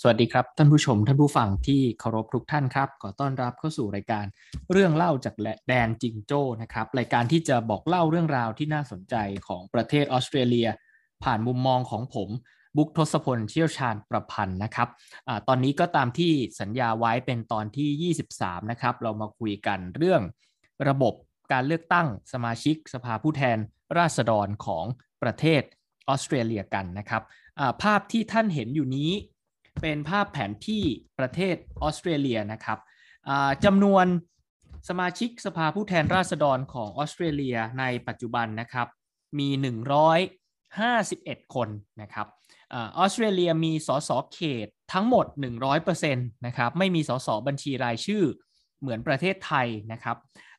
สวัสดีครับท่านผู้ชมท่านผู้ฟังที่เคารพทุกท่านครับขอต้อนรับเข้าสู่รายการเรื่องเล่าจากแดนจิงโจ้นะครับรายการที่จะบอกเล่าเรื่องราวที่น่าสนใจของประเทศออสเตรเลียผ่านมุมมองของผมบุ๊คทศพลเชี่ยวชาญประพันธ์นะครับตอนนี้ก็ตามที่สัญญาไว้เป็นตอนที่23นะครับเรามาคุยกันเรื่องระบบการเลือกตั้งสมาชิกสภาผู้แทนราษฎรของประเทศออสเตรเลียกันนะครับภาพที่ท่านเห็นอยู่นี้เป็นภาพแผนที่ประเทศออสเตรเลียนะครับจำนวนสมาชิกสภาผู้แทนราษฎรของออสเตรเลียในปัจจุบันนะครับมี151คนนะครับออสเตรเลียมีสสเขตทั้งหมด 100% นะครับไม่มีสสบัญชีรายชื่อเหมือนประเทศไทยนะครับ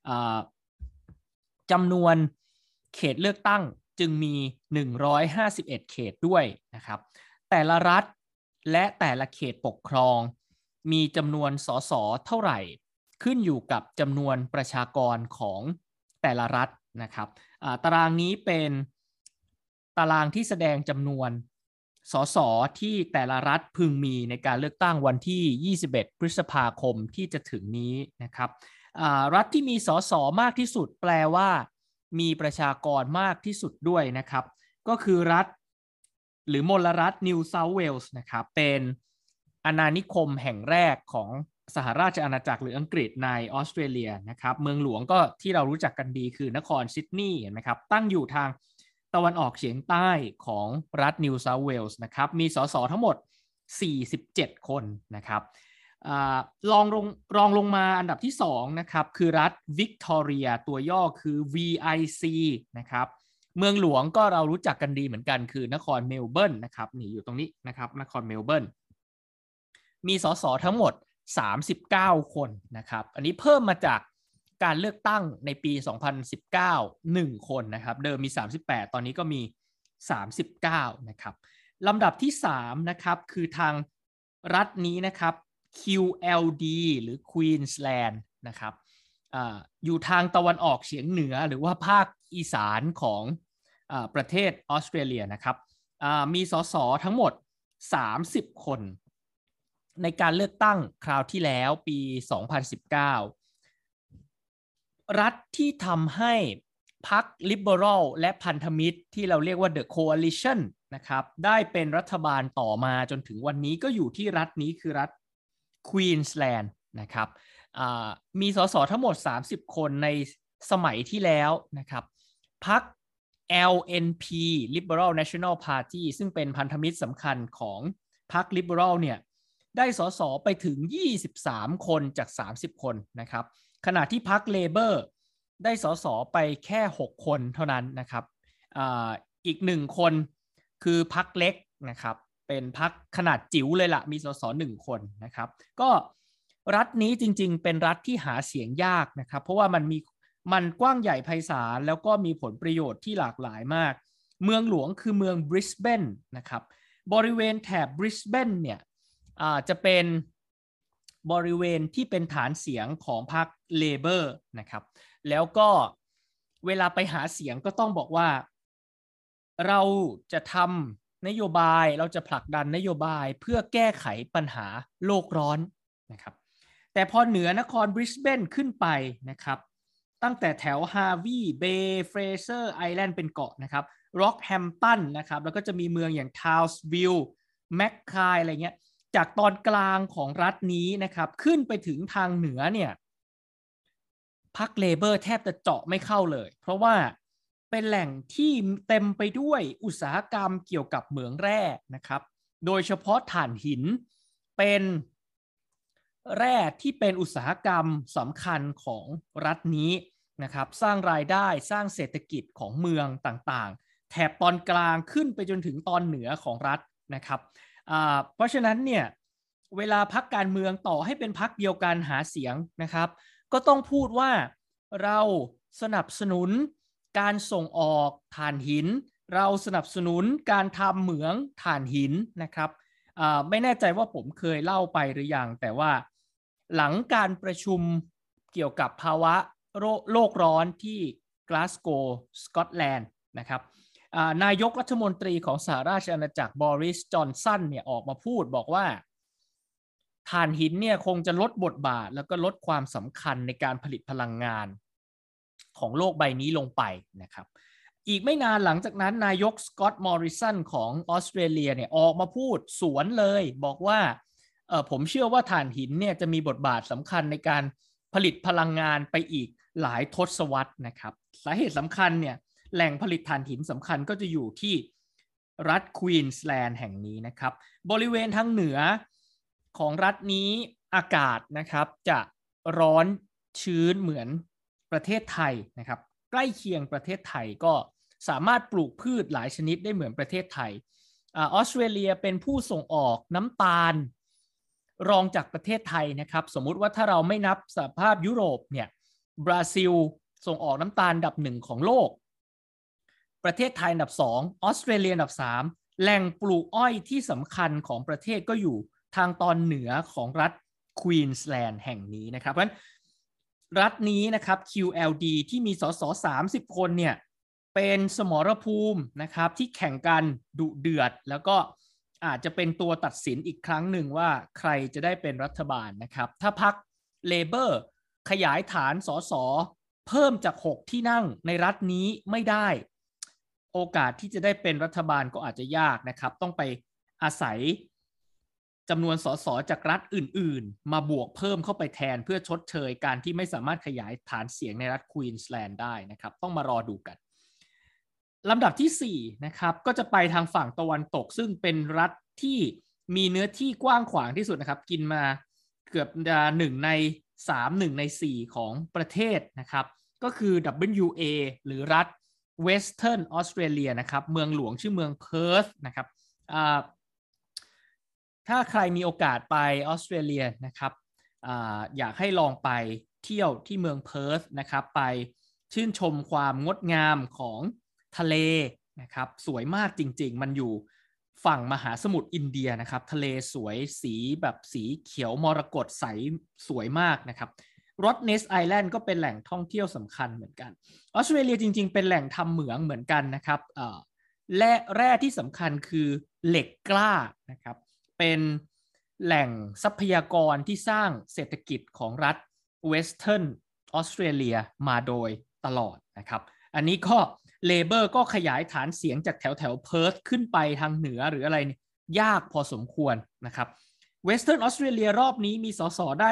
จำนวนเขตเลือกตั้งจึงมี151เขตด้วยนะครับแต่ละรัฐและแต่ละเขตปกครองมีจำนวนสสเท่าไหร่ขึ้นอยู่กับจำนวนประชากรของแต่ละรัฐนะครับตารางนี้เป็นตารางที่แสดงจำนวนสสที่แต่ละรัฐพึงมีในการเลือกตั้งวันที่21พฤษภาคมที่จะถึงนี้นะครับรัฐที่มีสสมากที่สุดแปลว่ามีประชากรมากที่สุดด้วยนะครับก็คือรัฐหรือมลรัฐนิวเซาท์เวลส์นะครับเป็นอาณานิคมแห่งแรกของสหราชอาณาจักรหรืออังกฤษในออสเตรเลียนะครับเมืองหลวงก็ที่เรารู้จักกันดีคือนครซิดนีย์เห็นไหมครับตั้งอยู่ทางตะวันออกเฉียงใต้ของรัฐนิวเซาท์เวลส์นะครับมีสสทั้งหมด47คนนะครับรองลงมาอันดับที่2นะครับคือรัฐวิกตอเรียตัวย่อคือ VIC นะครับเมืองหลวงก็เรารู้จักกันดีเหมือนกันคือนครเมลเบิร์นนะครับนี่อยู่ตรงนี้นะครับนครเมลเบิร์นมีสสทั้งหมด39คนนะครับอันนี้เพิ่มมาจากการเลือกตั้งในปี2019 1คนนะครับเดิมมี38ตอนนี้ก็มี39นะครับลำดับที่3นะครับคือทางรัฐนี้นะครับ QLD หรือ Queensland นะครับอยู่ทางตะวันออกเฉียงเหนือหรือว่าภาคอีสานของประเทศออสเตรเลียนะครับมีสสทั้งหมด30คนในการเลือกตั้งคราวที่แล้วปี2019รัฐที่ทำให้พรรค Liberal และพันธมิตรที่เราเรียกว่า The Coalition นะครับได้เป็นรัฐบาลต่อมาจนถึงวันนี้ก็อยู่ที่รัฐนี้คือรัฐ Queensland นะครับมีสสทั้งหมด30คนในสมัยที่แล้วนะครับพรรค LNP Liberal National Party ซึ่งเป็นพันธมิตรสำคัญของพรรค Liberal เนี่ยได้สสไปถึง23คนจาก30คนนะครับขณะที่พรรค Labor ได้สสไปแค่6คนเท่านั้นนะครับอีก1คนคือพรรคเล็กนะครับเป็นพรรคขนาดจิ๋วเลยล่ะมีสส1คนนะครับก็รัฐนี้จริงๆเป็นรัฐที่หาเสียงยากนะครับเพราะว่ามันกว้างใหญ่ไพศาลแล้วก็มีผลประโยชน์ที่หลากหลายมากเมืองหลวงคือเมืองบริสเบนนะครับบริเวณแถบบริสเบนเนี่ยจะเป็นบริเวณที่เป็นฐานเสียงของพรรคเลเบอร์นะครับแล้วก็เวลาไปหาเสียงก็ต้องบอกว่าเราจะทำนโยบายเราจะผลักดันนโยบายเพื่อแก้ไขปัญหาโลกร้อนนะครับแต่พอเหนือนครบริสเบนขึ้นไปนะครับตั้งแต่แถวฮาร์วีย์เบย์เฟรเซอร์ไอแลนด์เป็นเกาะนะครับร็อกแฮมตันนะครับแล้วก็จะมีเมืองอย่างทาวส์วิลล์แมคคายอะไรเงี้ยจากตอนกลางของรัฐนี้นะครับขึ้นไปถึงทางเหนือเนี่ยพรรคเลเบอร์แทบจะเจาะไม่เข้าเลยเพราะว่าเป็นแหล่งที่เต็มไปด้วยอุตสาหกรรมเกี่ยวกับเหมืองแร่นะครับโดยเฉพาะถ่านหินเป็นแร่ที่เป็นอุตสาหกรรมสำคัญของรัฐนี้นะครับสร้างรายได้สร้างเศรษฐกิจของเมืองต่างๆแถบตอนกลางขึ้นไปจนถึงตอนเหนือของรัฐนะครับเพราะฉะนั้นเนี่ยเวลาพรรคการเมืองต่อให้เป็นพรรคเดียวกันหาเสียงนะครับก็ต้องพูดว่าเราสนับสนุนการส่งออกถ่านหินเราสนับสนุนการทำเหมืองถ่านหินนะครับไม่แน่ใจว่าผมเคยเล่าไปหรือยังแต่ว่าหลังการประชุมเกี่ยวกับภาวะโลกร้อนที่กลาสโกว์สกอตแลนด์นะครับนายกรัฐมนตรีของสหราชอาณาจักรบอริสจอนสันเนี่ยออกมาพูดบอกว่าถ่านหินเนี่ยคงจะลดบทบาทแล้วก็ลดความสำคัญในการผลิตพลังงานของโลกใบนี้ลงไปนะครับอีกไม่นานหลังจากนั้นนายกสกอตต์มอริสันของออสเตรเลียเนี่ยออกมาพูดสวนเลยบอกว่าผมเชื่อว่าถ่านหินเนี่ยจะมีบทบาทสำคัญในการผลิตพลังงานไปอีกหลายทศวรรษนะครับสาเหตุสำคัญเนี่ยแหล่งผลิตถ่านหินสำคัญก็จะอยู่ที่รัฐควีนสแลนด์แห่งนี้นะครับบริเวณทางเหนือของรัฐนี้อากาศนะครับจะร้อนชื้นเหมือนประเทศไทยนะครับใกล้เคียงประเทศไทยก็สามารถปลูกพืชหลายชนิดได้เหมือนประเทศไทยออสเตรเลียเป็นผู้ส่งออกน้ำตาลรองจากประเทศไทยนะครับสมมุติว่าถ้าเราไม่นับสหภาพยุโรปเนี่ยบราซิลส่งออกน้ำตาลอันดับ1ของโลกประเทศไทยอันดับ2ออสเตรเลียอันดับ3แหล่งปลูกอ้อยที่สำคัญของประเทศก็อยู่ทางตอนเหนือของรัฐควีนสแลนด์แห่งนี้นะครับเพราะฉะนั้นรัฐนี้นะครับ QLD ที่มีสส30 คนเนี่ยเป็นสมรภูมินะครับที่แข่งกันดุเดือดแล้วก็อาจจะเป็นตัวตัดสินอีกครั้งหนึ่งว่าใครจะได้เป็นรัฐบาลนะครับถ้าพรรคเลเบอร์ขยายฐานสสเพิ่มจาก6ที่นั่งในรัฐนี้ไม่ได้โอกาสที่จะได้เป็นรัฐบาลก็อาจจะยากนะครับต้องไปอาศัยจำนวนสสจากรัฐอื่นๆมาบวกเพิ่มเข้าไปแทนเพื่อชดเชยการที่ไม่สามารถขยายฐานเสียงในรัฐควีนสแลนด์ได้นะครับต้องมารอดูกันลำดับที่4นะครับก็จะไปทางฝั่งตะวันตกซึ่งเป็นรัฐที่มีเนื้อที่กว้างขวางที่สุดนะครับกินมาเกือบ1 ใน 3 1 ใน 4ของประเทศนะครับก็คือ WA หรือรัฐ Western Australia นะครับเมืองหลวงชื่อเมืองเพิร์ธนะครับถ้าใครมีโอกาสไปออสเตรเลียนะครับอยากให้ลองไปเที่ยวที่เมืองเพิร์ธนะครับไปชื่นชมความงดงามของทะเลนะครับสวยมากจริงๆมันอยู่ฝั่งมหาสมุทรอินเดียนะครับทะเลสวยสีแบบสีเขียวมรกตใสสวยมากนะครับรอดเนสไอแลนด์ก็เป็นแหล่งท่องเที่ยวสำคัญเหมือนกันออสเตรเลียจริงๆเป็นแหล่งทำเหมืองเหมือนกันนะครับแร่ที่สำคัญคือเหล็กกล้านะครับเป็นแหล่งทรัพยากรที่สร้างเศรษฐกิจของรัฐเวสเทิร์นออสเตรเลียมาโดยตลอดนะครับอันนี้ก็เลเบอร์ก็ขยายฐานเสียงจากแถวเพิร์ธขึ้นไปทางเหนือหรืออะไรยากพอสมควรนะครับเวสเทิร์นออสเตรเลียรอบนี้มีสสได้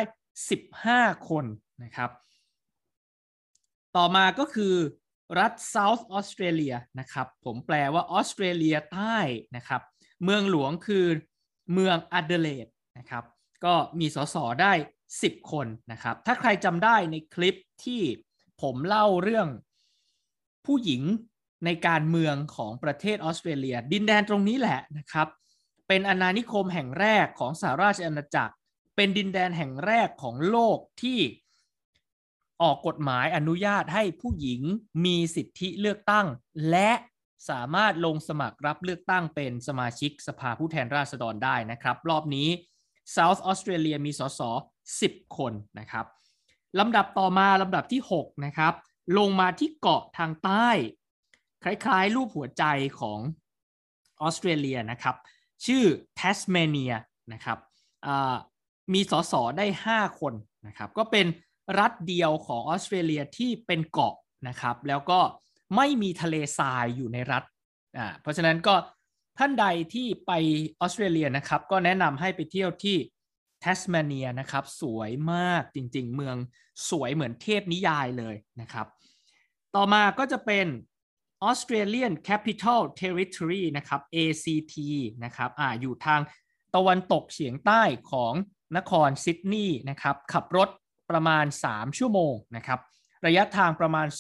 15 คนนะครับต่อมาก็คือรัฐ South Australia นะครับผมแปลว่าออสเตรเลียใต้นะครับเมืองหลวงคือเมืองอเดเลดนะครับก็มีสสได้10 คนนะครับถ้าใครจำได้ในคลิปที่ผมเล่าเรื่องผู้หญิงในการเมืองของประเทศออสเตรเลียดินแดนตรงนี้แหละนะครับเป็นอาณานิคมแห่งแรกของสหราชอาณาจักรเป็นดินแดนแห่งแรกของโลกที่ออกกฎหมายอนุญาตให้ผู้หญิงมีสิทธิเลือกตั้งและสามารถลงสมัครรับเลือกตั้งเป็นสมาชิกสภาผู้แทนราษฎรได้นะครับรอบนี้ South Australia มีสส10 คนนะครับลำดับต่อมาลำดับที่6นะครับลงมาที่เกาะทางใต้คล้ายๆรูปหัวใจของออสเตรเลียนะครับชื่อแทสเมเนียนะครับมีสสได้5 คนนะครับก็เป็นรัฐเดียวของออสเตรเลียที่เป็นเกาะนะครับแล้วก็ไม่มีทะเลทรายอยู่ในรัฐเพราะฉะนั้นก็ท่านใดที่ไปออสเตรเลียนะครับก็แนะนำให้ไปเที่ยวที่แทสเมเนียนะครับสวยมากจริงๆเมืองสวยเหมือนเทพนิยายเลยนะครับต่อมาก็จะเป็น Australian Capital Territory นะครับ ACT นะครับอยู่ทางตะวันตกเฉียงใต้ของนครซิดนีย์นะครับขับรถประมาณ3 ชั่วโมงนะครับระยะทางประมาณ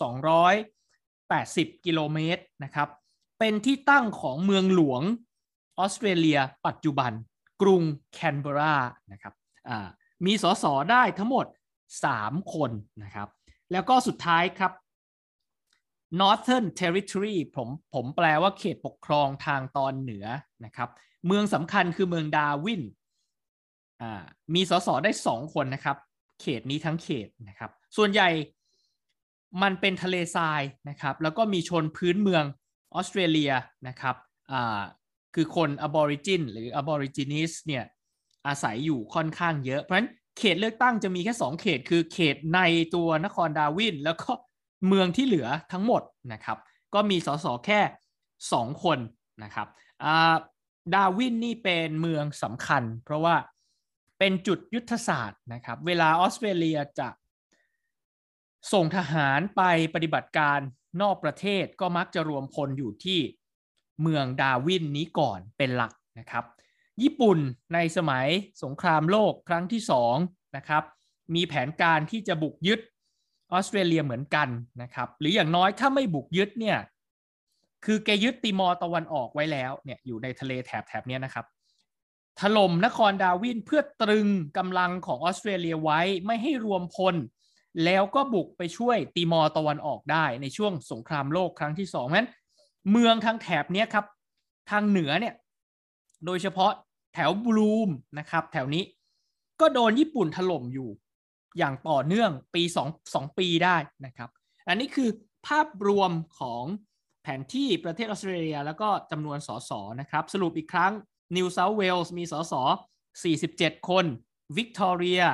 280 กิโลเมตรนะครับเป็นที่ตั้งของเมืองหลวงออสเตรเลียปัจจุบันกรุงแคนเบรานะครับมีสสได้ทั้งหมด3 คนนะครับแล้วก็สุดท้ายครับ Northern Territory ผมแปลว่าเขตปกครองทางตอนเหนือนะครับเมืองสำคัญคือเมืองดาร์วินมีสสได้2 คนนะครับเขตนี้ทั้งเขตนะครับส่วนใหญ่มันเป็นทะเลทรายนะครับแล้วก็มีชนพื้นเมืองออสเตรเลียนะครับคือคน Aborigin หรือ Aborigines เนี่ยอาศัยอยู่ค่อนข้างเยอะเพราะฉะนั้นเขตเลือกตั้งจะมีแค่2เขตคือเขตในตัวนครดาร์วินแล้วก็เมืองที่เหลือทั้งหมดนะครับก็มีสสแค่2คนนะครับดาร์วินนี่เป็นเมืองสำคัญเพราะว่าเป็นจุดยุทธศาสตร์นะครับเวลาออสเตรเลียจะส่งทหารไปปฏิบัติการนอกประเทศก็มักจะรวมพลอยู่ที่เมืองดาร์วินนี้ก่อนเป็นหลักนะครับญี่ปุ่นในสมัยสงครามโลกครั้งที่2นะครับมีแผนการที่จะบุกยึดออสเตรเลียเหมือนกันนะครับหรืออย่างน้อยถ้าไม่บุกยึดเนี่ยคือแกยึดติมอร์ตะวันออกไว้แล้วเนี่ยอยู่ในทะเลแถบนี้นะครับถล่มนครดาร์วินเพื่อตรึงกำลังของออสเตรเลียไว้ไม่ให้รวมพลแล้วก็บุกไปช่วยติมอร์ตะวันออกได้ในช่วงสงครามโลกครั้งที่2นั้นเมืองทางแถบนี้ครับทางเหนือเนี่ยโดยเฉพาะแถวบลูมนะครับแถวนี้ก็โดนญี่ปุ่นถล่มอยู่อย่างต่อเนื่องปี2ปีได้นะครับอันนี้คือภาพรวมของแผนที่ประเทศออสเตรเลียแล้วก็จำนวนสสนะครับสรุปอีกครั้งนิวเซาท์เวลส์มีสส47คนวิกตอเรีย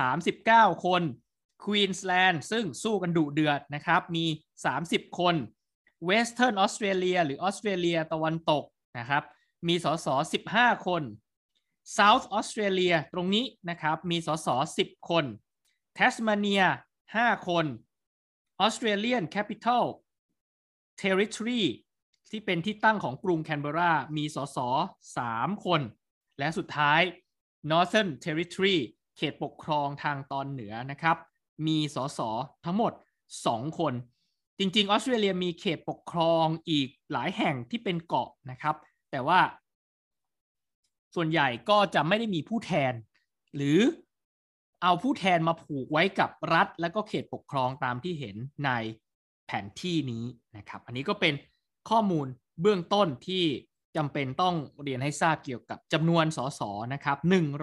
39คนควีนสแลนด์ซึ่งสู้กันดุเดือดนะครับมี30คนเวสเทิร์นออสเตรเลียหรือออสเตรเลียตะวันตกนะครับมีสส15คนเซาท์ออสเตรเลียตรงนี้นะครับมีสส10คนแทสมาเนีย5คนออสเตรเลียนแคปิตอลเทริทอรีที่เป็นที่ตั้งของกรุงแคนเบอรามีสส3คนและสุดท้าย Northern Territory เขตปกครองทางตอนเหนือนะครับมีสสทั้งหมด2คนจริงๆออสเตรเลียมีเขตปกครองอีกหลายแห่งที่เป็นเกาะนะครับแต่ว่าส่วนใหญ่ก็จะไม่ได้มีผู้แทนหรือเอาผู้แทนมาผูกไว้กับรัฐและก็เขตปกครองตามที่เห็นในแผนที่นี้นะครับอันนี้ก็เป็นข้อมูลเบื้องต้นที่จำเป็นต้องเรียนให้ทราบเกี่ยวกับจำนวนสสนะครับ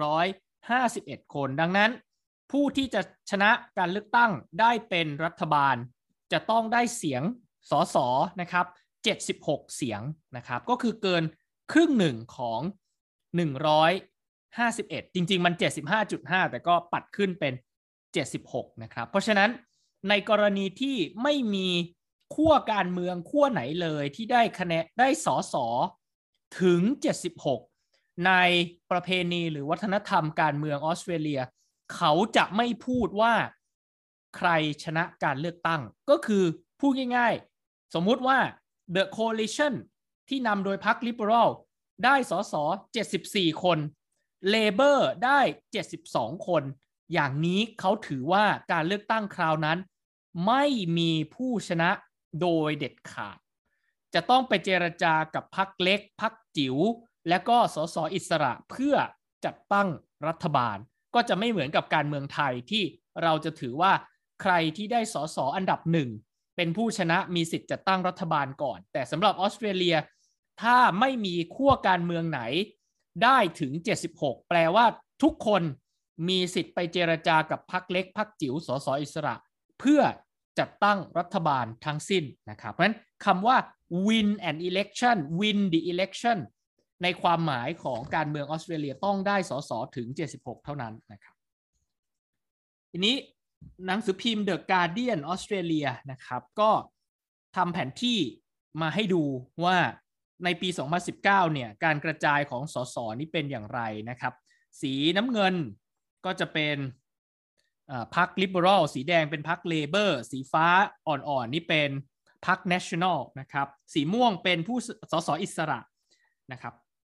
151คนดังนั้นผู้ที่จะชนะการเลือกตั้งได้เป็นรัฐบาลจะต้องได้เสียงสสนะครับ76เสียงนะครับก็คือเกินครึ่งหนึ่งของ151จริงๆมัน 75.5 แต่ก็ปัดขึ้นเป็น76นะครับเพราะฉะนั้นในกรณีที่ไม่มีขั้วการเมืองขั้วไหนเลยที่ได้คะแนนได้สสถึง76ในประเพณีหรือวัฒนธรรมการเมืองออสเตรเลียเขาจะไม่พูดว่าใครชนะการเลือกตั้งก็คือพูดง่ายๆสมมุติว่า The Coalition ที่นำโดยพรรค Liberal ได้สส74คนเลเบอร์ได้72คนอย่างนี้เขาถือว่าการเลือกตั้งคราวนั้นไม่มีผู้ชนะโดยเด็ดขาดจะต้องไปเจรจากับพรรคเล็กพรรคจิ๋วและก็สสอิสระเพื่อจัดตั้งรัฐบาลก็จะไม่เหมือนกับการเมืองไทยที่เราจะถือว่าใครที่ได้สสอันดับ1เป็นผู้ชนะมีสิทธิ์จัดตั้งรัฐบาลก่อนแต่สำหรับออสเตรเลียถ้าไม่มีขั้วการเมืองไหนได้ถึง76แปลว่าทุกคนมีสิทธิ์ไปเจรจากับพรรคเล็กพรรคจิ๋วสสอิสระเพื่อจัดตั้งรัฐบาลทั้งสิ้นนะครับเพราะฉะนั้นคำว่า win an election win the election ในความหมายของการเมืองออสเตรเลียต้องได้สสถึง76เท่านั้นนะครับทีนี้หนังสือพิมพ์ The Guardian ออสเตรเลียนะครับก็ทำแผนที่มาให้ดูว่าในปี2019เนี่ยการกระจายของสสนี้เป็นอย่างไรนะครับสีน้ำเงินก็จะเป็นพรรค Liberal สีแดงเป็นพรรค Labor สีฟ้าอ่อนๆนี่เป็นพรรค National นะครับสีม่วงเป็นผู้สสอิสระนะครับ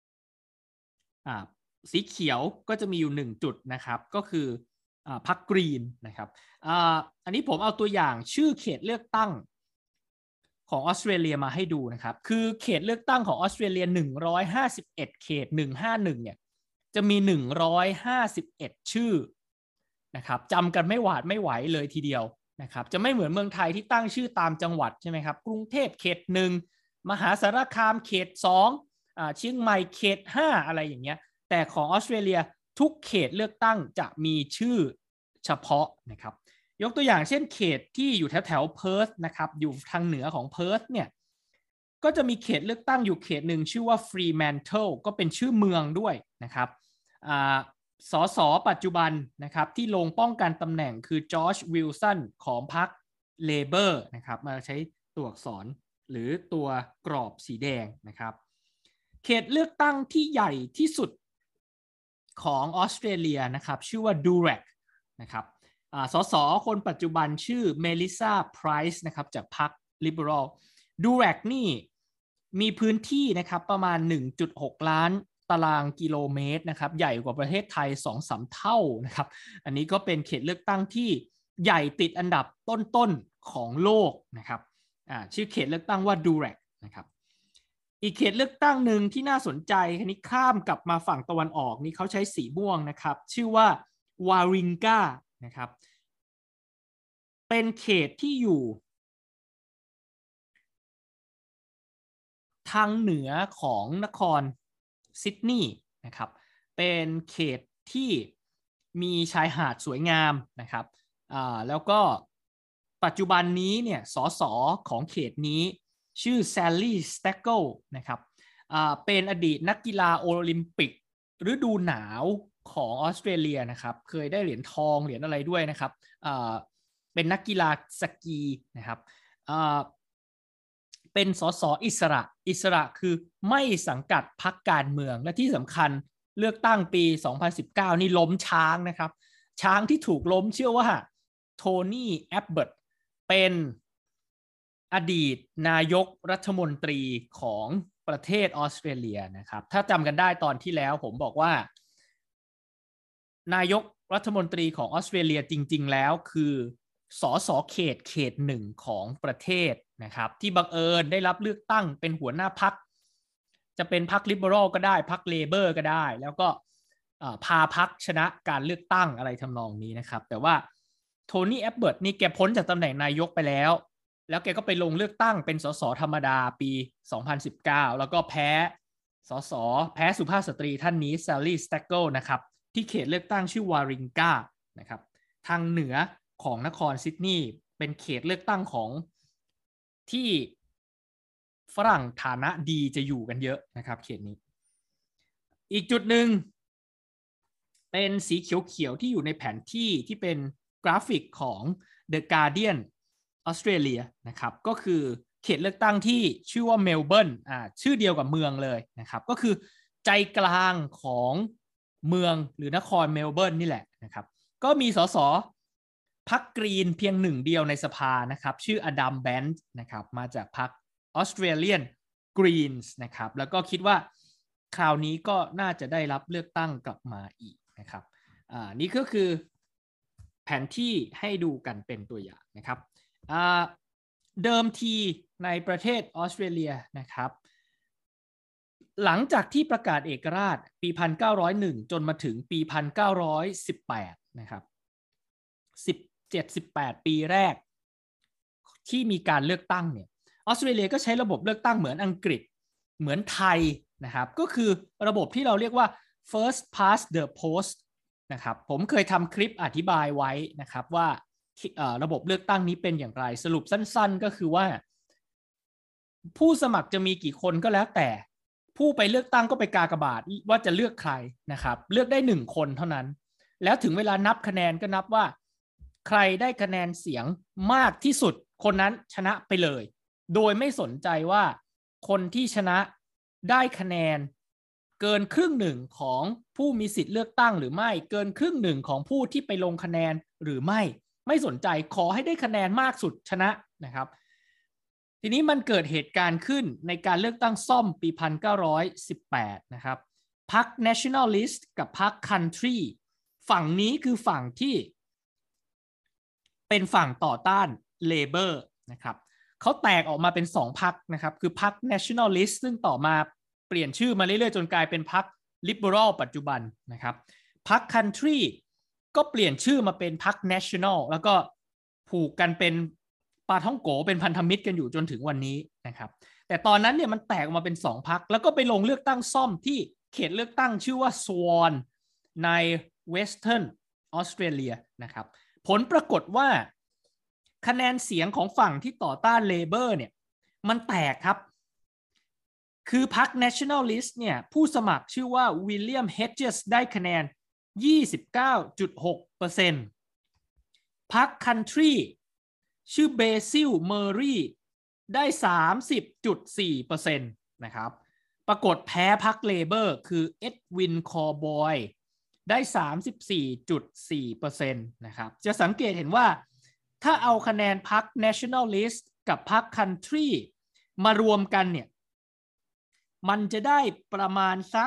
สีเขียวก็จะมีอยู่1จุดนะครับก็คือพรรคกรีนนะครับอันนี้ผมเอาตัวอย่างชื่อเขตเลือกตั้งของออสเตรเลียมาให้ดูนะครับคือเขตเลือกตั้งของออสเตรเลีย151เขต151เนี่ยจะมี151ชื่อนะครับจำกันไม่หวาดไม่ไหวเลยทีเดียวนะครับจะไม่เหมือนเมืองไทยที่ตั้งชื่อตามจังหวัดใช่ไหมครับกรุงเทพเขต1มหาสารคามเขต2เชียงใหม่เขต5อะไรอย่างเงี้ยแต่ของออสเตรเลียทุกเขตเลือกตั้งจะมีชื่อเฉพาะนะครับยกตัวอย่างเช่นเขตที่อยู่แถวเพิร์ธนะครับอยู่ทางเหนือของเพิร์ธเนี่ยก็จะมีเขตเลือกตั้งอยู่เขตหนึ่งชื่อว่าฟรีแมนเทิลก็เป็นชื่อเมืองด้วยนะครับสสปัจจุบันนะครับที่ลงป้องกันตำแหน่งคือจอร์จวิลสันของพรรคเลเบอร์นะครับมาใช้ตัวอักษรหรือตัวกรอบสีแดงนะครับเขตเลือกตั้งที่ใหญ่ที่สุดของออสเตรเลียนะครับชื่อว่าดูแรกนะครับสสคนปัจจุบันชื่อเมลิซาไพรส์นะครับจากพรรคลิเบอรัลดูแรกนี่มีพื้นที่นะครับประมาณ 1.6 ล้านตารางกิโลเมตรนะครับใหญ่กว่าประเทศไทย 2-3 เท่านะครับอันนี้ก็เป็นเขตเลือกตั้งที่ใหญ่ติดอันดับต้นๆของโลกนะครับชื่อเขตเลือกตั้งว่าดูแรกนะครับอีกเขตเลือกตั้งหนึ่งที่น่าสนใจคันนี้ข้ามกลับมาฝั่งตะวันออกนี่เขาใช้สีม่วงนะครับชื่อว่าวาริงกานะครับเป็นเขตที่อยู่ทางเหนือของนครซิดนีย์นะครับเป็นเขตที่มีชายหาดสวยงามนะครับแล้วก็ปัจจุบันนี้เนี่ยสสของเขตนี้ชื่อแซลลี่สเต็กเกิลนะครับเป็นอดีตนักกีฬาโอลิมปิกฤดูหนาวของออสเตรเลียนะครับเคยได้เหรียญทองเหรียญอะไรด้วยนะครับเป็นนักกีฬาสกีนะครับเป็นสสอิสระคือไม่สังกัดพรรคการเมืองและที่สำคัญเลือกตั้งปี 2019 นี่ล้มช้างนะครับช้างที่ถูกล้มเชื่อว่าโทนี่แอบเบิร์ตเป็นอดีตนายกรัฐมนตรีของประเทศออสเตรเลียนะครับถ้าจำกันได้ตอนที่แล้วผมบอกว่านายกรัฐมนตรีของออสเตรเลียจริงๆแล้วคือสสเขตหนึ่งของประเทศนะครับที่บังเอิญได้รับเลือกตั้งเป็นหัวหน้าพรรคจะเป็นพรรคลิเบอรัลก็ได้พรรคเลเบอร์ก็ได้แล้วก็พาพรรคชนะการเลือกตั้งอะไรทำนองนี้นะครับแต่ว่าโทนี่แอบเบิร์ตนี่แกพ้นจากตำแหน่งนายกไปแล้วแกก็ไปลงเลือกตั้งเป็นสสธรรมดาปี 2019 แล้วก็แพ้สุภาพสตรีท่านนี้แซลลี่สเต็กเกิลนะครับที่เขตเลือกตั้งชื่อวาริงกานะครับทางเหนือของนครซิดนีย์เป็นเขตเลือกตั้งของที่ฝรั่งฐานะดีจะอยู่กันเยอะนะครับเขตนี้อีกจุดหนึ่งเป็นสีเขียวๆที่อยู่ในแผนที่ที่เป็นกราฟิกของ The Guardian ออสเตรเลียนะครับก็คือเขตเลือกตั้งที่ชื่อว่าเมลเบิร์นชื่อเดียวกับเมืองเลยนะครับก็คือใจกลางของเมืองหรือนครเมลเบิร์นนี่แหละนะครับก็มีสสพรรคกรีนเพียงหนึ่งเดียวในสภานะครับชื่ออดัมแบนต์นะครับมาจากพรรคออสเตรเลียนกรีนส์นะครับแล้วก็คิดว่าคราวนี้ก็น่าจะได้รับเลือกตั้งกลับมาอีกนะครับนี่ก็คือแผนที่ให้ดูกันเป็นตัวอย่างนะครับเดิมทีในประเทศออสเตรเลียนะครับหลังจากที่ประกาศเอกราชปี 1901 จนมาถึงปี 1918 นะครับ17-18 ปีแรกที่มีการเลือกตั้งเนี่ยออสเตรเลียก็ใช้ระบบเลือกตั้งเหมือนอังกฤษเหมือนไทยนะครับก็คือระบบที่เราเรียกว่า first past the post นะครับผมเคยทำคลิปอธิบายไว้นะครับว่าระบบเลือกตั้งนี้เป็นอย่างไรสรุปสั้นๆก็คือว่าผู้สมัครจะมีกี่คนก็แล้วแต่ผู้ไปเลือกตั้งก็ไปกากบาทว่าจะเลือกใครนะครับเลือกได้1คนเท่านั้นแล้วถึงเวลานับคะแนนก็นับว่าใครได้คะแนนเสียงมากที่สุดคนนั้นชนะไปเลยโดยไม่สนใจว่าคนที่ชนะได้คะแนนเกินครึ่งหนึ่งของผู้มีสิทธิ์เลือกตั้งหรือไม่เกินครึ่งหนึ่งของผู้ที่ไปลงคะแนนหรือไม่สนใจขอให้ได้คะแนนมากสุดชนะนะครับทีนี้มันเกิดเหตุการณ์ขึ้นในการเลือกตั้งซ่อมปี 1918 นะครับพรรค Nationalist กับพรรค Country ฝั่งนี้คือฝั่งที่เป็นฝั่งต่อต้าน Labor นะครับเขาแตกออกมาเป็น2พรรคนะครับคือพรรค Nationalist ซึ่งต่อมาเปลี่ยนชื่อมาเรื่อยๆจนกลายเป็นพรรค Liberal ปัจจุบันนะครับพรรค Country ก็เปลี่ยนชื่อมาเป็นพรรค National แล้วก็ผูกกันเป็นปาท่องโกเป็นพันธมิตรกันอยู่จนถึงวันนี้นะครับแต่ตอนนั้นเนี่ยมันแตกออกมาเป็น2พรรคแล้วก็ไปลงเลือกตั้งซ่อมที่เขตเลือกตั้งชื่อว่า Swan ใน Western Australia นะครับผลปรากฏว่าคะแนนเสียงของฝั่งที่ต่อต้าน Labor เนี่ยมันแตกครับคือพรรค Nationalist เนี่ยผู้สมัครชื่อว่าวิลเลียมเฮดเจสได้คะแนน 29.6% พรรค Country ชื่อเบซิลเมอร์รี่ได้ 30.4% นะครับปรากฏแพ้พรรคเลเบอร์คือเอ็ดวินคอร์บอยได้ 34.4% นะครับจะสังเกตเห็นว่าถ้าเอาคะแนนพรรค Nationalist กับพรรค Country มารวมกันเนี่ยมันจะได้ประมาณสัก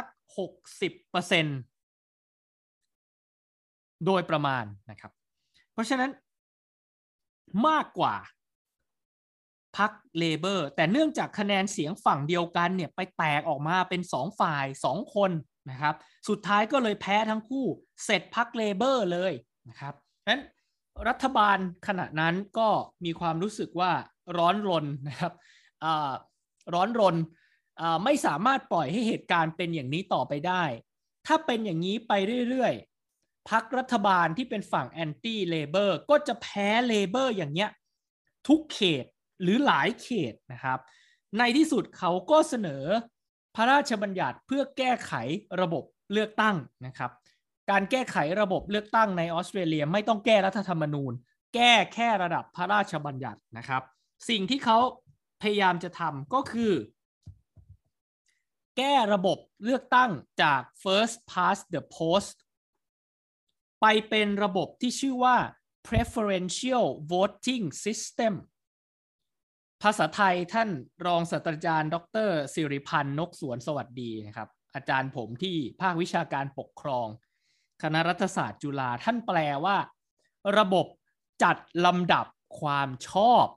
60% โดยประมาณนะครับเพราะฉะนั้นมากกว่าพรรคเลเบอร์แต่เนื่องจากคะแนนเสียงฝั่งเดียวกันเนี่ยไปแตกออกมาเป็น2ฝ่าย2คนนะครับสุดท้ายก็เลยแพ้ทั้งคู่เสร็จพรรคเลเบอร์เลยนะครับนั้นรัฐบาลขณะนั้นก็มีความรู้สึกว่าร้อนรนนะครับร้อนรนไม่สามารถปล่อยให้เหตุการณ์เป็นอย่างนี้ต่อไปได้ถ้าเป็นอย่างนี้ไปเรื่อยๆพรรครัฐบาลที่เป็นฝั่งแอนตี้เลเบอร์ก็จะแพ้เลเบอร์อย่างเงี้ยทุกเขตหรือหลายเขตนะครับในที่สุดเขาก็เสนอพระราชบัญญัติเพื่อแก้ไขระบบเลือกตั้งนะครับการแก้ไขระบบเลือกตั้งในออสเตรเลียไม่ต้องแก้รัฐธรรมนูญแก้แค่ระดับพระราชบัญญัตินะครับสิ่งที่เขาพยายามจะทำก็คือแก้ระบบเลือกตั้งจาก first past the post ไปเป็นระบบที่ชื่อว่า preferential voting system ภาษาไทยท่านรองศาสตราจารย์ดร.สิริพันธ์นกสวนสวัสดีนะครับอาจารย์ผมที่ภาควิชาการปกครองคณะรัฐศาสตร์จุฬาท่านแปลว่าระบบจัดลำดับความชอบ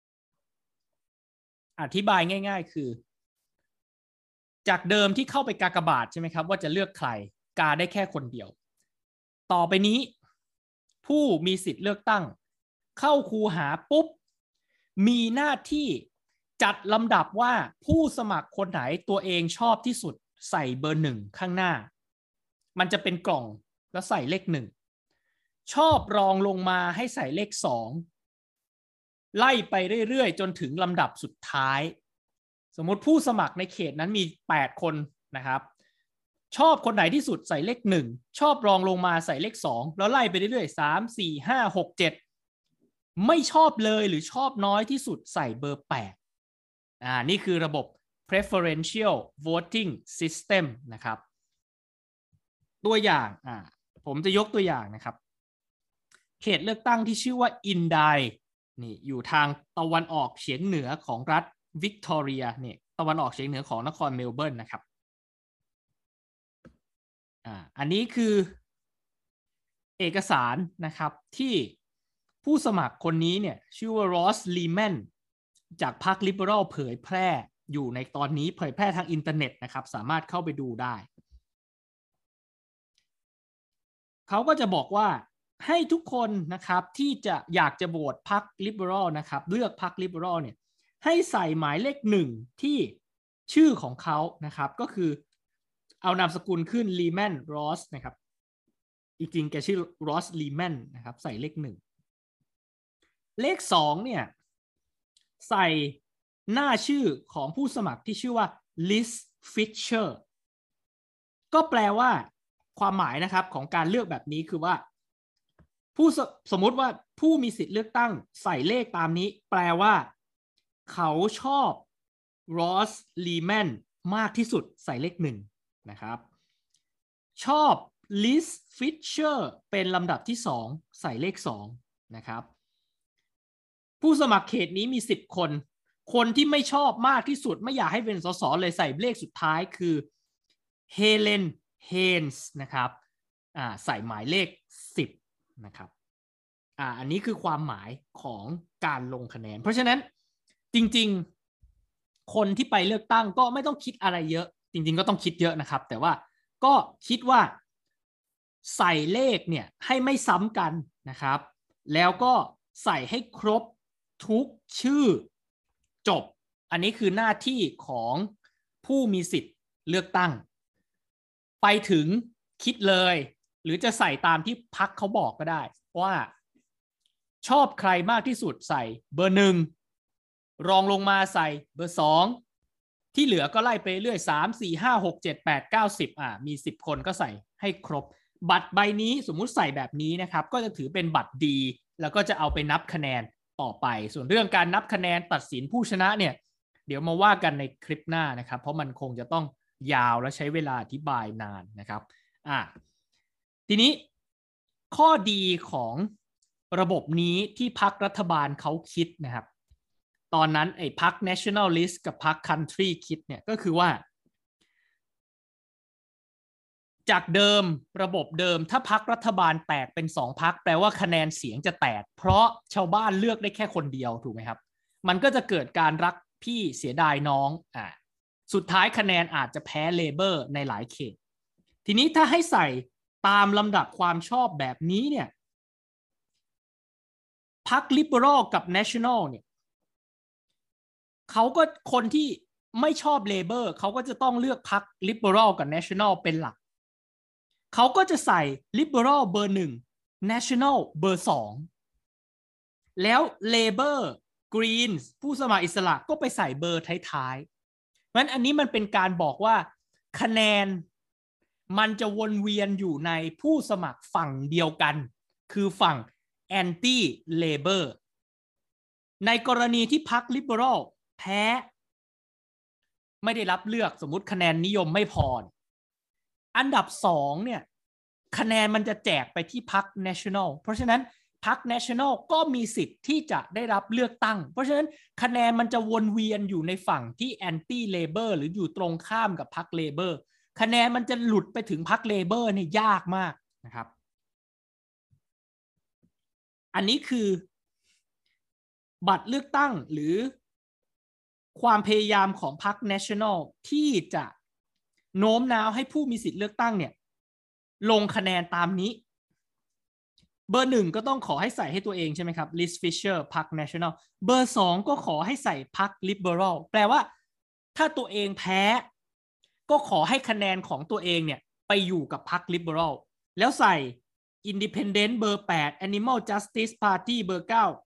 อธิบายง่ายๆคือจากเดิมที่เข้าไปกากบาทใช่ไหมครับว่าจะเลือกใครกาได้แค่คนเดียวต่อไปนี้ผู้มีสิทธิ์เลือกตั้งเข้าคูหาปุ๊บมีหน้าที่จัดลำดับว่าผู้สมัครคนไหนตัวเองชอบที่สุดใส่เบอร์1ข้างหน้ามันจะเป็นกล่องแล้วใส่เลข1ชอบรองลงมาให้ใส่เลข2ไล่ไปเรื่อยๆจนถึงลำดับสุดท้ายสมมติผู้สมัครในเขตนั้นมี8คนนะครับชอบคนไหนที่สุดใส่เลข1ชอบรองลงมาใส่เลข2แล้วไล่ไปเรื่อยๆ3 4 5 6 7ไม่ชอบเลยหรือชอบน้อยที่สุดใส่เบอร์8นี่คือระบบ preferential voting system นะครับตัวอย่างผมจะยกตัวอย่างนะครับเขตเลือกตั้งที่ชื่อว่าอินไดนี่อยู่ทางตะวันออกเฉียงเหนือของรัฐวิกตอเรียเนี่ยตะวันออกเฉียงเหนือของนครเมลเบิร์นนะครับอันนี้คือเอกสารนะครับที่ผู้สมัครคนนี้เนี่ยชื่อว่ารอสลีแมนจากพรรคลิเบอรัลเผยแพร่อยู่ในตอนนี้เผยแพร่ทางอินเทอร์เน็ตนะครับสามารถเข้าไปดูได้เขาก็จะบอกว่าให้ทุกคนนะครับที่จะอยากจะโหวตพรรคลิเบอรัลนะครับเลือกพรรคลิเบอรัลเนี่ยให้ใส่หมายเลข1ที่ชื่อของเขานะครับก็คือเอานามสกุลขึ้นลีแมนรอสนะครับจริงๆแกชื่อรอสลีแมนนะครับใส่เลข1เลข2เนี่ยใส่หน้าชื่อของผู้สมัครที่ชื่อว่าลิสฟิชเชอร์ก็แปลว่าความหมายนะครับของการเลือกแบบนี้คือว่าผู้สมมุติว่าผู้มีสิทธิ์เลือกตั้งใส่เลขตามนี้แปลว่าเขาชอบรอสลีแมนมากที่สุดใส่เลข1นะครับชอบลิสฟิชเชอร์เป็นลำดับที่2ใส่เลข2นะครับผู้สมัครเขตนี้มี10คนคนที่ไม่ชอบมากที่สุดไม่อยากให้เป็นสสเลยใส่เลขสุดท้ายคือเฮเลนเฮนส์นะครับใส่หมายเลข10นะครับอันนี้คือความหมายของการลงคะแนนเพราะฉะนั้นจริงๆคนที่ไปเลือกตั้งก็ไม่ต้องคิดอะไรเยอะจริงๆก็ต้องคิดเยอะนะครับแต่ว่าก็คิดว่าใส่เลขเนี่ยให้ไม่ซ้ำกันนะครับแล้วก็ใส่ให้ครบทุกชื่อจบอันนี้คือหน้าที่ของผู้มีสิทธิ์เลือกตั้งไปถึงคิดเลยหรือจะใส่ตามที่พรรคเขาบอกก็ได้ว่าชอบใครมากที่สุดใส่เบอร์1รองลงมาใส่เบอร์2ที่เหลือก็ไล่ไปเรื่อย3 4 5 6 7 8 9 10มี10คนก็ใส่ให้ครบบัตรใบนี้สมมุติใส่แบบนี้นะครับก็จะถือเป็นบัตรดีแล้วก็จะเอาไปนับคะแนนต่อไปส่วนเรื่องการนับคะแนนตัดสินผู้ชนะเนี่ยเดี๋ยวมาว่ากันในคลิปหน้านะครับเพราะมันคงจะต้องยาวและใช้เวลาอธิบายนานนะครับทีนี้ข้อดีของระบบนี้ที่พรรครัฐบาลเขาคิดนะครับตอนนั้นไอ้พรรค Nationalist กับพรรค Country คิดเนี่ยก็คือว่าจากเดิมระบบเดิมถ้าพรรครัฐบาลแตกเป็น2 พรรคแปลว่าคะแนนเสียงจะแตกเพราะชาวบ้านเลือกได้แค่คนเดียวถูกไหมครับมันก็จะเกิดการรักพี่เสียดายน้องสุดท้ายคะแนนอาจจะแพ้เลเบอร์ในหลายเขตทีนี้ถ้าให้ใส่ตามลำดับความชอบแบบนี้เนี่ยพรรค Liberal กับ National เนี่ยเขาก็คนที่ไม่ชอบเลเบอร์เขาก็จะต้องเลือกพรรค Liberal กับ National เป็นหลักเขาก็จะใส่ Liberal เบอร์ 1 National เบอร์ 2แล้ว Labor Greens ผู้สมัครอิสระก็ไปใส่เบอร์ท้ายๆเพราะฉะนั้นอันนี้มันเป็นการบอกว่าคะแนนมันจะวนเวียนอยู่ในผู้สมัครฝั่งเดียวกันคือฝั่ง Anti Labor ในกรณีที่พรรค Liberal แพ้ไม่ได้รับเลือกสมมุติคะแนนนิยมไม่พออันดับ2เนี่ยคะแนนมันจะแจกไปที่พรรค National เพราะฉะนั้นพรรค National ก็มีสิทธิ์ที่จะได้รับเลือกตั้งเพราะฉะนั้นคะแนนมันจะวนเวียนอยู่ในฝั่งที่ Anti Labor หรืออยู่ตรงข้ามกับพรรค Labor คะแนนมันจะหลุดไปถึงพรรค Labor เนี่ยยากมากนะครับอันนี้คือบัตรเลือกตั้งหรือความพยายามของพรรค National ที่จะโน้มน้าวให้ผู้มีสิทธิ์เลือกตั้งเนี่ยลงคะแนนตามนี้เบอร์ 1ก็ต้องขอให้ใส่ให้ตัวเองใช่ไหมครับ Liz Fisher พรรค National เบอร์ 2ก็ขอให้ใส่พรรค Liberal แปลว่าถ้าตัวเองแพ้ก็ขอให้คะแนนของตัวเองเนี่ยไปอยู่กับพรรค Liberal แล้วใส่ Independent เบอร์ 8 Animal Justice Party เบอร์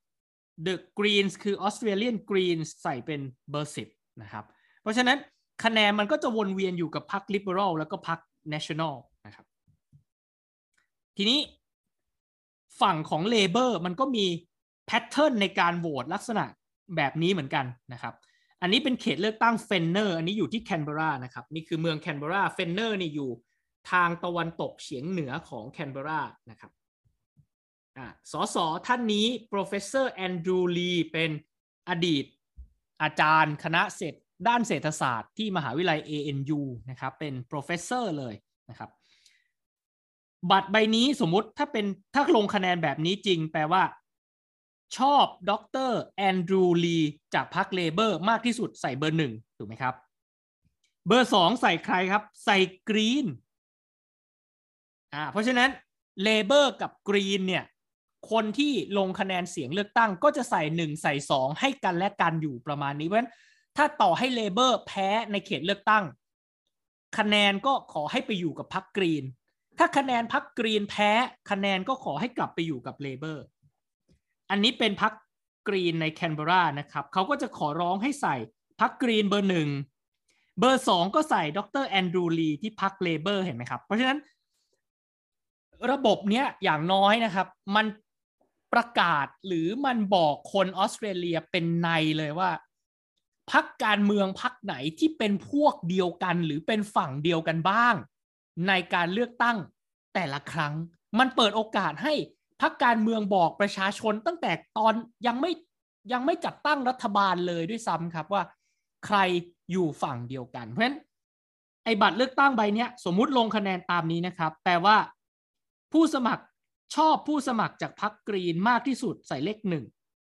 9 The Greens คือ Australian Greens ใส่เป็นเบอร์ 10นะครับเพราะฉะนั้นคะแนนมันก็จะวนเวียนอยู่กับพรรค Liberal แล้วก็พรรค National นะครับทีนี้ฝั่งของ Labor มันก็มีแพทเทิร์นในการโหวตลักษณะแบบนี้เหมือนกันนะครับอันนี้เป็นเขตเลือกตั้งเฟนเนอร์อันนี้อยู่ที่แคนเบรานะครับนี่คือเมืองแคนเบราเฟนเนอร์นี่อยู่ทางตะวันตกเฉียงเหนือของแคนเบรานะครับสสท่านนี้ professor Andrew Lee เป็นอดีตอาจารย์คณะด้านเศรษฐศาสตร์ที่มหาวิทยาลัย ANU นะครับเป็น professor เลยนะครับบัตรใบนี้สมมุติถ้าลงคะแนนแบบนี้จริงแปลว่าชอบดร.แอนดรูว์ลีจากพรรคเลเบอร์มากที่สุดใส่เบอร์ 1ถูกไหมครับเบอร์ 2ใส่ใครครับใส่กรีนเพราะฉะนั้นเลเบอร์กับกรีนเนี่ยคนที่ลงคะแนนเสียงเลือกตั้งก็จะใส่1ใส่2ให้กันและกันอยู่ประมาณนี้เพราะฉะนั้นถ้าต่อให้เลเบอร์แพ้ในเขตเลือกตั้งคะแนนก็ขอให้ไปอยู่กับพรรคกรีนถ้าคะแนนพรรคกรีนแพ้คะแนนก็ขอให้กลับไปอยู่กับเลเบอร์อันนี้เป็นพรรคกรีนในแคนเบรานะครับเขาก็จะขอร้องให้ใส่พรรคกรีนเบอร์ 1เบอร์ 2ก็ใส่ดร.แอนดรูว์ลีที่พรรคเลเบอร์เห็นไหมครับเพราะฉะนั้นระบบเนี้ยอย่างน้อยนะครับมันประกาศหรือมันบอกคนออสเตรเลียเป็นในเลยว่าพรรคการเมืองพรรคไหนที่เป็นพวกเดียวกันหรือเป็นฝั่งเดียวกันบ้างในการเลือกตั้งแต่ละครั้งมันเปิดโอกาสให้พรรคการเมืองบอกประชาชนตั้งแต่ตอนยังไม่จัดตั้งรัฐบาลเลยด้วยซ้ำครับว่าใครอยู่ฝั่งเดียวกันเพราะฉะนั้นไอ้บัตรเลือกตั้งใบนี้สมมุติลงคะแนนตามนี้นะครับแปลว่าผู้สมัครชอบผู้สมัครจากพรรคกรีนมากที่สุดใส่เลข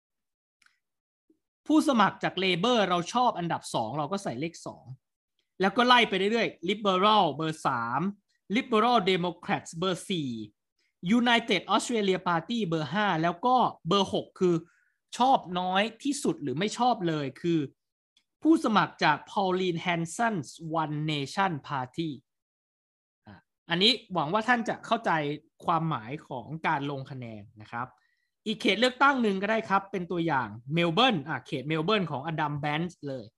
1ผู้สมัครจากเลเบอร์เราชอบอันดับ2เราก็ใส่เลข 2แล้วก็ไล่ไปเรื่อยๆ Liberal เบอร์ 3 Liberal Democrats เบอร์ 4 United Australia Party เบอร์ 5แล้วก็เบอร์ 6คือชอบน้อยที่สุดหรือไม่ชอบเลยคือผู้สมัครจาก Pauline Hanson's One Nation Party อันนี้หวังว่าท่านจะเข้าใจความหมายของการลงคะแนนนะครับอีกเขตเลือกตั้งหนึ่งก็ได้ครับเป็นตัวอย่างเมลเบิร์นเขตเมลเบิร์นของอดัมแบนส์เลย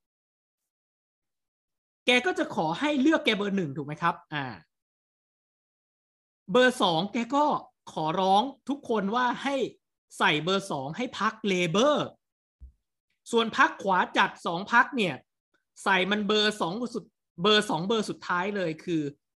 แกก็จะขอให้เลือกแกเบอร์ 1ถูกไหมครับเบอร์สองแกก็ขอร้องทุกคนว่าให้ใส่เบอร์สองให้พรรคเลเบอร์ส่วนพรรคขวาจัดสองพรรคเนี่ยใส่มันเบอร์สองสุดเบอร์สองเบอร์สุดท้ายเลยคือ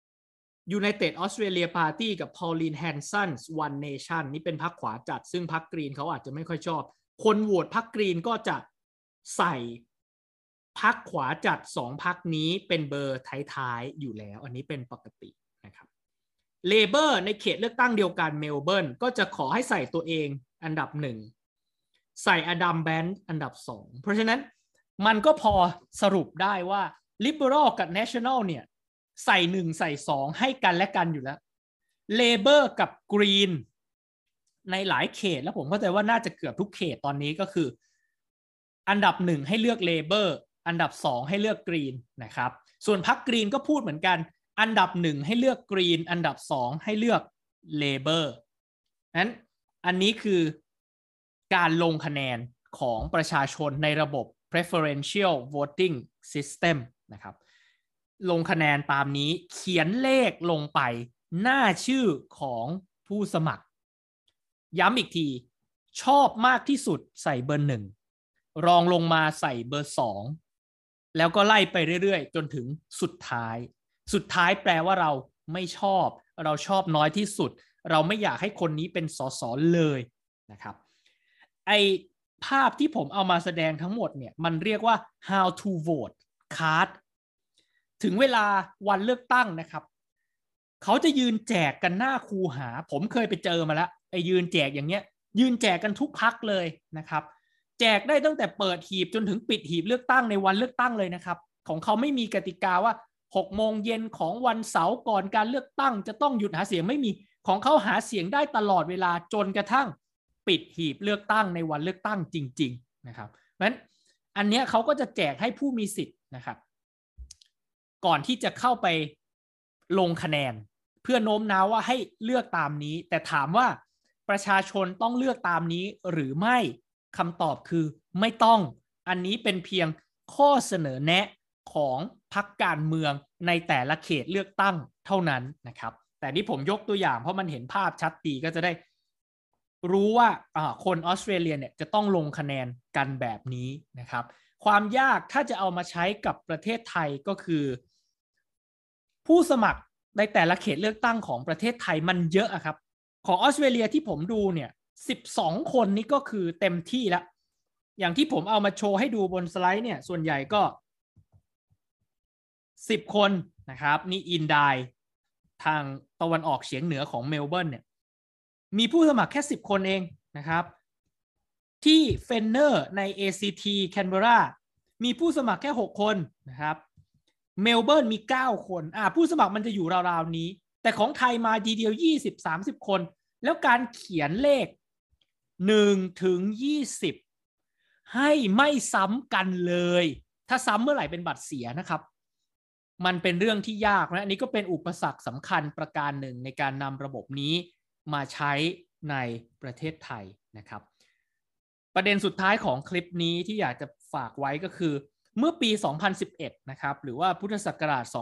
United Australia Party กับ Pauline Hanson's One Nation นี่เป็นพรรคขวาจัดซึ่งพรรคกรีนเขาอาจจะไม่ค่อยชอบคนโหวตพรรคกรีนก็จะใส่พรรคขวาจัดสองพรรคนี้เป็นเบอร์ท้ายๆอยู่แล้วอันนี้เป็นปกตินะครับเลเบอร์ในเขตเลือกตั้งเดียวกันเมลเบิร์นก็จะขอให้ใส่ตัวเองอันดับหนึ่งใส่อดัมแบนด์อันดับสองเพราะฉะนั้นมันก็พอสรุปได้ว่า Liberal กับ National เนี่ยใส่หนึ่งใส่สองให้กันและกันอยู่แล้วเลเบอร์กับกรีนในหลายเขตแล้วผมเข้าใจว่าน่าจะเกือบทุกเขตตอนนี้ก็คืออันดับหนึ่งให้เลือกเลเบอร์อันดับสองให้เลือกกรีนนะครับส่วนพรรคกรีนก็พูดเหมือนกันอันดับหนึ่งให้เลือกกรีนอันดับสองให้เลือกเลเบอร์นั้นอันนี้คือการลงคะแนนของประชาชนในระบบ preferential voting system นะครับลงคะแนนตามนี้เขียนเลขลงไปหน้าชื่อของผู้สมัครย้ำอีกทีชอบมากที่สุดใส่เบอร์หนึ่งรองลงมาใส่เบอร์สองแล้วก็ไล่ไปเรื่อยๆจนถึงสุดท้ายแปลว่าเราไม่ชอบเราชอบน้อยที่สุดเราไม่อยากให้คนนี้เป็นสสเลยนะครับไอภาพที่ผมเอามาแสดงทั้งหมดเนี่ยมันเรียกว่า how to vote card ถึงเวลาวันเลือกตั้งนะครับเขาจะยืนแจกกันหน้าคูหาผมเคยไปเจอมาแล้วไอ้ยืนแจกอย่างเงี้ยยืนแจกกันทุกพรรคเลยนะครับแจกได้ตั้งแต่เปิดหีบจนถึงปิดหีบเลือกตั้งในวันเลือกตั้งเลยนะครับของเขาไม่มีกติกาว่า6 โมงเย็นของวันเสาร์ก่อนการเลือกตั้งจะต้องหยุดหาเสียงไม่มีของเขาหาเสียงได้ตลอดเวลาจนกระทั่งปิดหีบเลือกตั้งในวันเลือกตั้งจริงๆนะครับเพราะฉะนั้นอันนี้เขาก็จะแจกให้ผู้มีสิทธิ์นะครับก่อนที่จะเข้าไปลงคะแนนเพื่อโน้มน้าวว่าให้เลือกตามนี้แต่ถามว่าประชาชนต้องเลือกตามนี้หรือไม่คำตอบคือไม่ต้องอันนี้เป็นเพียงข้อเสนอแนะของพรรคการเมืองในแต่ละเขตเลือกตั้งเท่านั้นนะครับแต่นี่ผมยกตัวอย่างเพราะมันเห็นภาพชัดดีก็จะได้รู้ว่าคนออสเตรเลียเนี่ยจะต้องลงคะแนนกันแบบนี้นะครับความยากถ้าจะเอามาใช้กับประเทศไทยก็คือผู้สมัครในแต่ละเขตเลือกตั้งของประเทศไทยมันเยอะครับของออสเตรเลียที่ผมดูเนี่ย12 คนนี่ก็คือเต็มที่แล้วอย่างที่ผมเอามาโชว์ให้ดูบนสไลด์เนี่ยส่วนใหญ่ก็10 คนนะครับนี่อินไดทางตะวันออกเฉียงเหนือของเมลเบิร์นเนี่ยมีผู้สมัครแค่10 คนเองนะครับที่เฟนเนอร์ใน ACT แคนเบรามีผู้สมัครแค่6 คนนะครับเมลเบิร์นมี9 คนผู้สมัครมันจะอยู่ราวๆนี้แต่ของไทยมาทีเดียว 20-30 คนแล้วการเขียนเลข1 ถึง 20ให้ไม่ซ้ำกันเลยถ้าซ้ำเมื่อไหร่เป็นบัตรเสียนะครับมันเป็นเรื่องที่ยากนะอันนี้ก็เป็นอุปสรรคสำคัญประการหนึ่งในการนำระบบนี้มาใช้ในประเทศไทยนะครับประเด็นสุดท้ายของคลิปนี้ที่อยากจะฝากไว้ก็คือเมื่อปี 2011 นะครับหรือว่าพุทธศักราช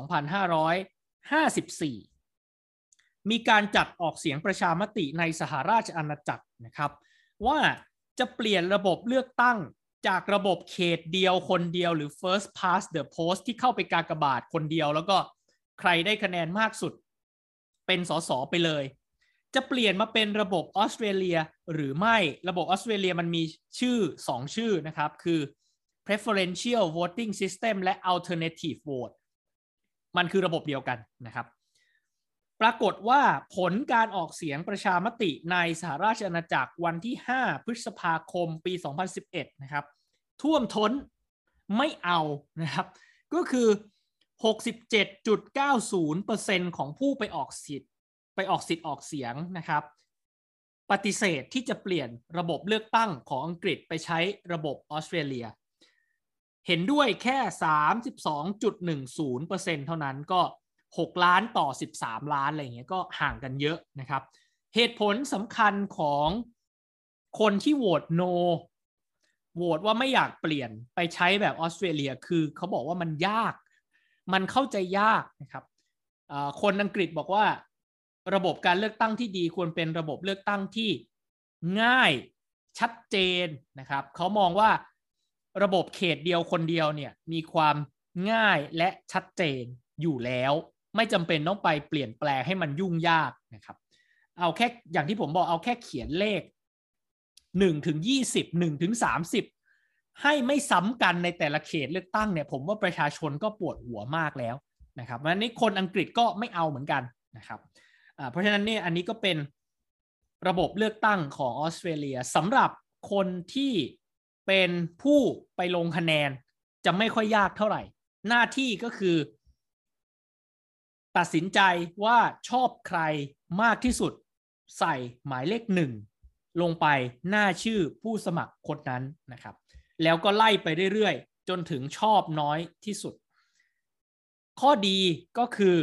2554 มีการจัดออกเสียงประชามติในสหราชอาณาจักรนะครับว่าจะเปลี่ยนระบบเลือกตั้งจากระบบเขตเดียวคนเดียวหรือ first past the post ที่เข้าไปกากบาทคนเดียวแล้วก็ใครได้คะแนนมากสุดเป็นสสไปเลยจะเปลี่ยนมาเป็นระบบออสเตรเลียหรือไม่ระบบออสเตรเลียมันมีชื่อ2 ชื่อนะครับคือ preferential voting system และ alternative vote มันคือระบบเดียวกันนะครับปรากฏว่าผลการออกเสียงประชามติในสหราชอาณาจักรวันที่5 พฤษภาคมปี 2011 นะครับท่วมท้นไม่เอานะครับก็คือ 67.90% ของผู้ไปออกสิทธิ์ออกเสียงนะครับปฏิเสธที่จะเปลี่ยนระบบเลือกตั้งของอังกฤษไปใช้ระบบออสเตรเลียเห็นด้วยแค่ 32.10% เท่านั้นก็6 ล้านต่อ13 ล้านอะไรอย่างเงี้ยก็ห่างกันเยอะนะครับเหตุผลสำคัญของคนที่โหวต no โหวตว่าไม่อยากเปลี่ยนไปใช้แบบออสเตรเลียคือเขาบอกว่ามันยากมันเข้าใจยากนะครับคนอังกฤษบอกว่าระบบการเลือกตั้งที่ดีควรเป็นระบบเลือกตั้งที่ง่ายชัดเจนนะครับเขามองว่าระบบเขตเดียวคนเดียวเนี่ยมีความง่ายและชัดเจนอยู่แล้วไม่จำเป็นต้องไปเปลี่ยนแปลงให้มันยุ่งยากนะครับเอาแค่อย่างที่ผมบอกเอาแค่เขียนเลข1 ถึง 20 1 ถึง 30ให้ไม่ซ้ำกันในแต่ละเขตเลือกตั้งเนี่ยผมว่าประชาชนก็ปวดหัวมากแล้วนะครับวันนี้คนอังกฤษก็ไม่เอาเหมือนกันนะครับเพราะฉะนั้นเนี่ยอันนี้ก็เป็นระบบเลือกตั้งของออสเตรเลียสำหรับคนที่เป็นผู้ไปลงคะแนนจะไม่ค่อยยากเท่าไหร่หน้าที่ก็คือตัดสินใจว่าชอบใครมากที่สุดใส่หมายเลข1ลงไปหน้าชื่อผู้สมัครคนนั้นนะครับแล้วก็ไล่ไปเรื่อยๆจนถึงชอบน้อยที่สุดข้อดีก็คือ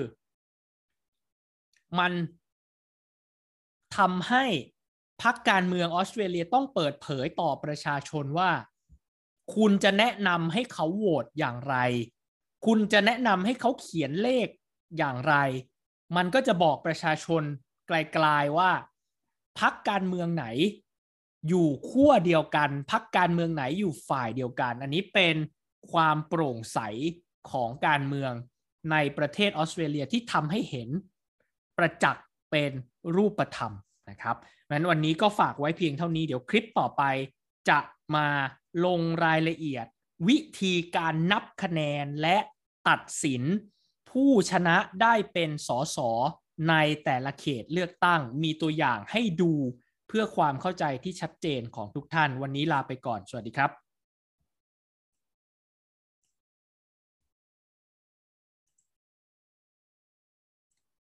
มันทำให้พรรคการเมืองออสเตรเลียต้องเปิดเผยต่อประชาชนว่าคุณจะแนะนำให้เขาโหวตอย่างไรคุณจะแนะนำให้เขาเขียนเลขอย่างไรมันก็จะบอกประชาชนไกลๆว่าพรรคการเมืองไหนอยู่ขั้วเดียวกันพรรคการเมืองไหนอยู่ฝ่ายเดียวกันอันนี้เป็นความโปร่งใสของการเมืองในประเทศออสเตรเลียที่ทำให้เห็นประจักษ์เป็นรูปธรรมนะครับงั้นวันนี้ก็ฝากไว้เพียงเท่านี้เดี๋ยวคลิปต่อไปจะมาลงรายละเอียดวิธีการนับคะแนนและตัดสินผู้ชนะได้เป็นสสในแต่ละเขตเลือกตั้งมีตัวอย่างให้ดูเพื่อความเข้าใจที่ชัดเจนของทุกท่านวันนี้ลาไปก่อนสวัสดีครับ